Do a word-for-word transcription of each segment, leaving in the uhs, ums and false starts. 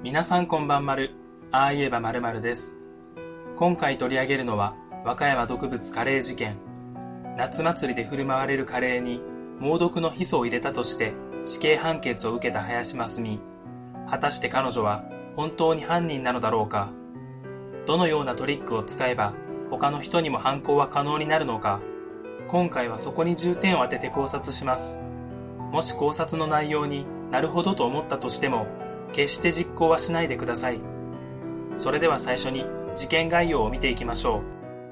皆さんこんばんまる、ああ言えば〇〇です。今回取り上げるのは和歌山毒物カレー事件。夏祭りで振る舞われるカレーに猛毒のヒ素を入れたとして死刑判決を受けた林真澄。果たして彼女は本当に犯人なのだろうか。どのようなトリックを使えば他の人にも犯行は可能になるのか。今回はそこに重点を当てて考察します。もし考察の内容になるほどと思ったとしても決して実行はしないでください。それでは最初に事件概要を見ていきましょう。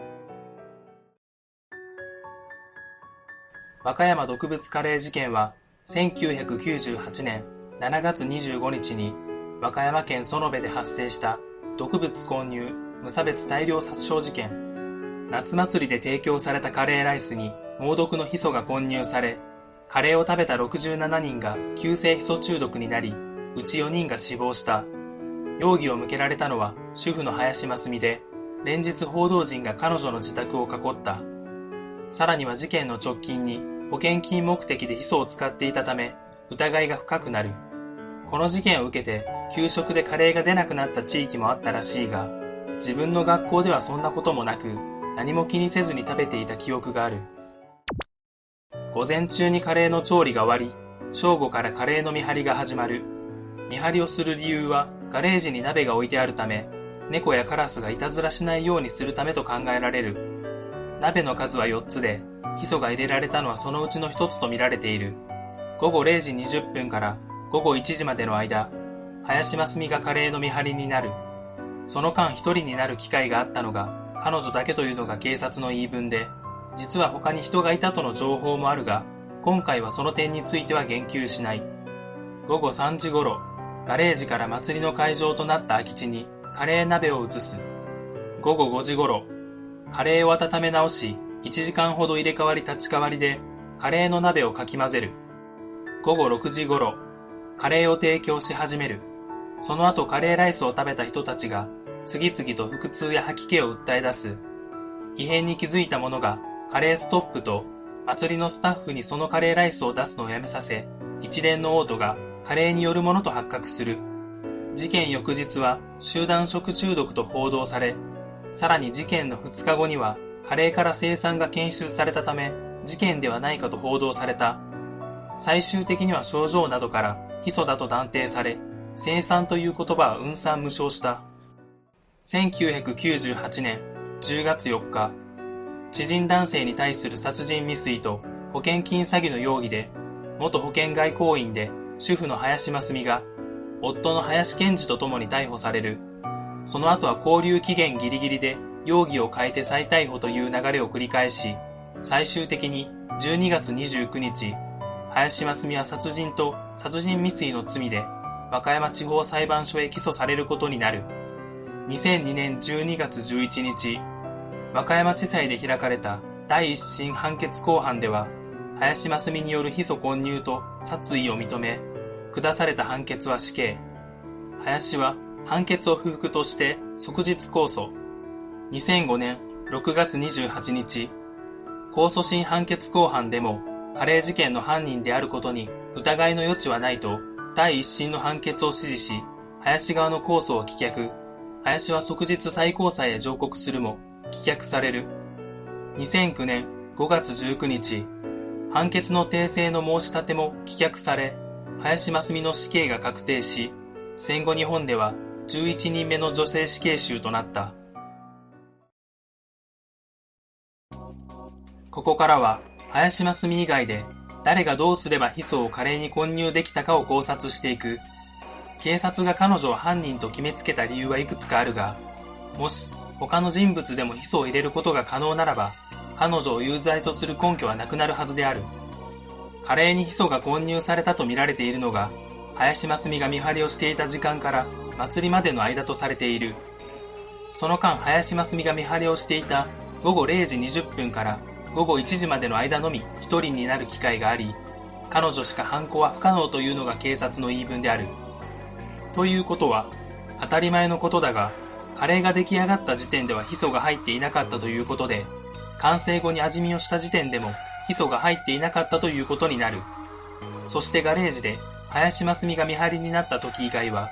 和歌山毒物カレー事件はせんきゅうひゃくきゅうじゅうはちねんしちがつにじゅうごにちに和歌山県園部で発生した毒物混入無差別大量殺傷事件。夏祭りで提供されたカレーライスに猛毒のヒ素が混入され、カレーを食べたろくじゅうななにんが急性ヒ素中毒になり、うちよにんが死亡した。容疑を向けられたのは主婦の林真澄で、連日報道陣が彼女の自宅を囲った。さらには事件の直近に保険金目的でヒ素を使っていたため、疑いが深くなる。この事件を受けて、給食でカレーが出なくなった地域もあったらしいが、自分の学校ではそんなこともなく、何も気にせずに食べていた記憶がある。午前中にカレーの調理が終わり、正午からカレーの見張りが始まる。見張りをする理由は、ガレージに鍋が置いてあるため、猫やカラスがいたずらしないようにするためと考えられる。鍋の数はよっつで、ヒ素が入れられたのはそのうちのひとつと見られている。ごごれいじにじゅっぷんからごごいちじまでの間、林真澄がカレーの見張りになる。その間一人になる機会があったのが、彼女だけというのが警察の言い分で、実は他に人がいたとの情報もあるが、今回はその点については言及しない。ごごさんじごろ、ガレージから祭りの会場となった空き地にカレー鍋を移す。ごごごじごろ、カレーを温め直し、いちじかんほど入れ替わり立ち替わりで、カレーの鍋をかき混ぜる。ごごろくじごろ、カレーを提供し始める。その後カレーライスを食べた人たちが、次々と腹痛や吐き気を訴え出す。異変に気づいた者が、カレーストップと、祭りのスタッフにそのカレーライスを出すのをやめさせ、一連の嘔吐がカレーによるものと発覚する。事件翌日は集団食中毒と報道され、さらに事件のふつかごにはカレーから青酸が検出されたため、事件ではないかと報道された。最終的には症状などからヒ素だと断定され、青酸という言葉は雲散無償した。せんきゅうひゃくきゅうじゅうはちねんじゅうがつよっか、知人男性に対する殺人未遂と保険金詐欺の容疑で、元保険外交員で主婦の林真澄が、夫の林健二と共に逮捕される。その後は勾留期限ギリギリで容疑を変えて再逮捕という流れを繰り返し、最終的にじゅうにがつにじゅうくにち、林真澄は殺人と殺人未遂の罪で和歌山地方裁判所へ起訴されることになる。にせんにねんじゅうにがつじゅういちにち、和歌山地裁で開かれた第一審判決公判では、林真澄によるヒ素混入と殺意を認め、下された判決は死刑。林は判決を不服として即日控訴。にせんごねんろくがつにじゅうはちにち、控訴審判決公判でも、カレー事件の犯人であることに疑いの余地はないと、第一審の判決を支持し、林側の控訴を棄却。林は即日最高裁へ上告するも、棄却される。にせんきゅうねんごがつじゅうくにち、判決の訂正の申し立ても棄却され、林真澄の死刑が確定し、戦後日本ではじゅういちにんめの女性死刑囚となった。ここからは、林真澄以外で誰がどうすればヒ素をカレーに混入できたかを考察していく。警察が彼女を犯人と決めつけた理由はいくつかあるが、もし他の人物でもヒ素を入れることが可能ならば、彼女を有罪とする根拠はなくなるはずである。カレーにヒ素が混入されたと見られているのが、林真澄が見張りをしていた時間から祭りまでの間とされている。その間、林真澄が見張りをしていたごごれいじにじゅっぷんからごごいちじまでの間のみ一人になる機会があり、彼女しか犯行は不可能というのが警察の言い分である。ということは、当たり前のことだが、カレーが出来上がった時点ではヒ素が入っていなかったということで、完成後に味見をした時点でもヒ素が入っていなかったということになる。そしてガレージで林真澄が見張りになった時以外は、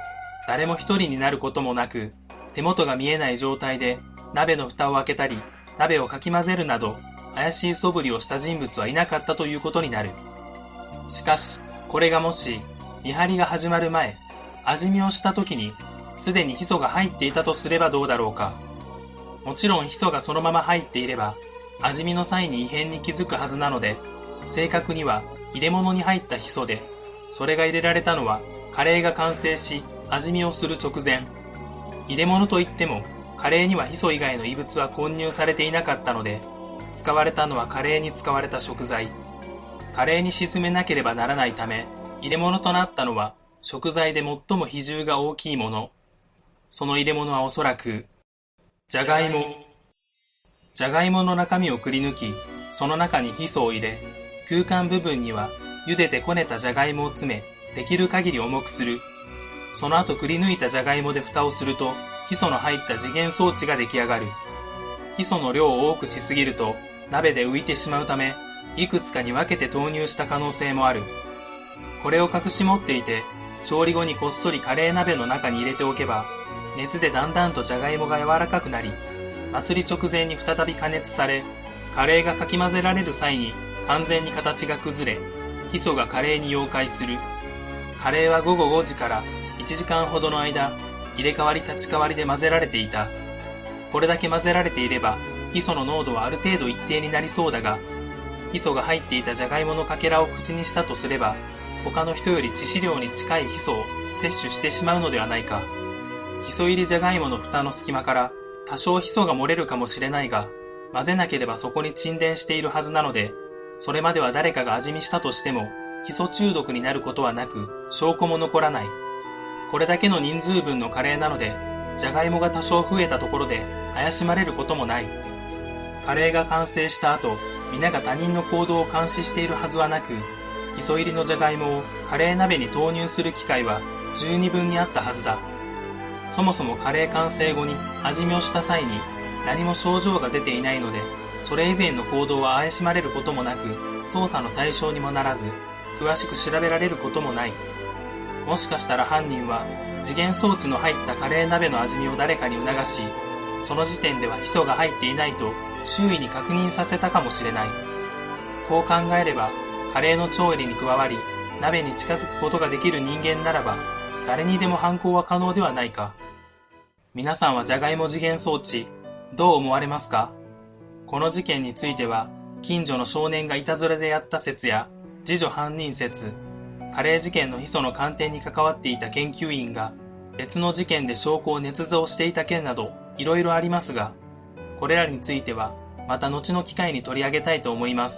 誰も一人になることもなく、手元が見えない状態で鍋の蓋を開けたり、鍋をかき混ぜるなど、怪しい素振りをした人物はいなかったということになる。しかし、これがもし、見張りが始まる前、味見をした時に、すでにヒ素が入っていたとすればどうだろうか。もちろんヒ素がそのまま入っていれば、味見の際に異変に気づくはずなので、正確には入れ物に入ったヒ素で、それが入れられたのはカレーが完成し味見をする直前。入れ物といってもカレーにはヒ素以外の異物は混入されていなかったので、使われたのはカレーに使われた食材。カレーに沈めなければならないため、入れ物となったのは食材で最も比重が大きいもの。その入れ物はおそらくじゃがいも。じゃがいもの中身をくり抜き、その中にヒ素を入れ、空間部分には茹でてこねたじゃがいもを詰め、できる限り重くする。その後くり抜いたじゃがいもで蓋をすると、ヒ素の入った次元装置が出来上がる。ヒ素の量を多くしすぎると、鍋で浮いてしまうため、いくつかに分けて投入した可能性もある。これを隠し持っていて、調理後にこっそりカレー鍋の中に入れておけば、熱でだんだんとじゃがいもが柔らかくなり、祭り直前に再び加熱され、カレーがかき混ぜられる際に完全に形が崩れ、ヒ素がカレーに溶解する。カレーはごごごじからいちじかんほどの間、入れ替わり立ち替わりで混ぜられていた。これだけ混ぜられていれば、ヒ素の濃度はある程度一定になりそうだが、ヒ素が入っていたじゃがいものかけらを口にしたとすれば、他の人より致死量に近いヒ素を摂取してしまうのではないか。ヒ素入りじゃがいもの蓋の隙間から多少ヒ素が漏れるかもしれないが、混ぜなければそこに沈殿しているはずなので、それまでは誰かが味見したとしても、ヒ素中毒になることはなく、証拠も残らない。これだけの人数分のカレーなので、じゃがいもが多少増えたところで怪しまれることもない。カレーが完成した後、皆が他人の行動を監視しているはずはなく、ヒ素入りのじゃがいもをカレー鍋に投入する機会は十二分にあったはずだ。そもそもカレー完成後に味見をした際に何も症状が出ていないので、それ以前の行動は怪しまれることもなく、捜査の対象にもならず、詳しく調べられることもない。もしかしたら犯人は次元装置の入ったカレー鍋の味見を誰かに促し、その時点ではヒ素が入っていないと周囲に確認させたかもしれない。こう考えれば、カレーの調理に加わり、鍋に近づくことができる人間ならば、誰にでも犯行は可能ではないか。皆さんはじゃがいも次元装置、どう思われますか？この事件については、近所の少年がいたずらでやった説や、次女犯人説、カレー事件のヒ素の鑑定に関わっていた研究員が、別の事件で証拠を捏造していた件など、いろいろありますが、これらについては、また後の機会に取り上げたいと思います。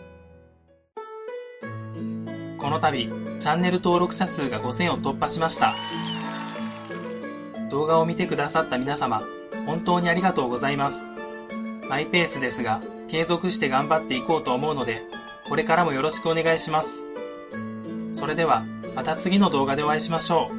この度、チャンネル登録者数がごせんを突破しました。動画を見てくださった皆様、本当にありがとうございます。マイペースですが、継続して頑張っていこうと思うので、これからもよろしくお願いします。それでは、また次の動画でお会いしましょう。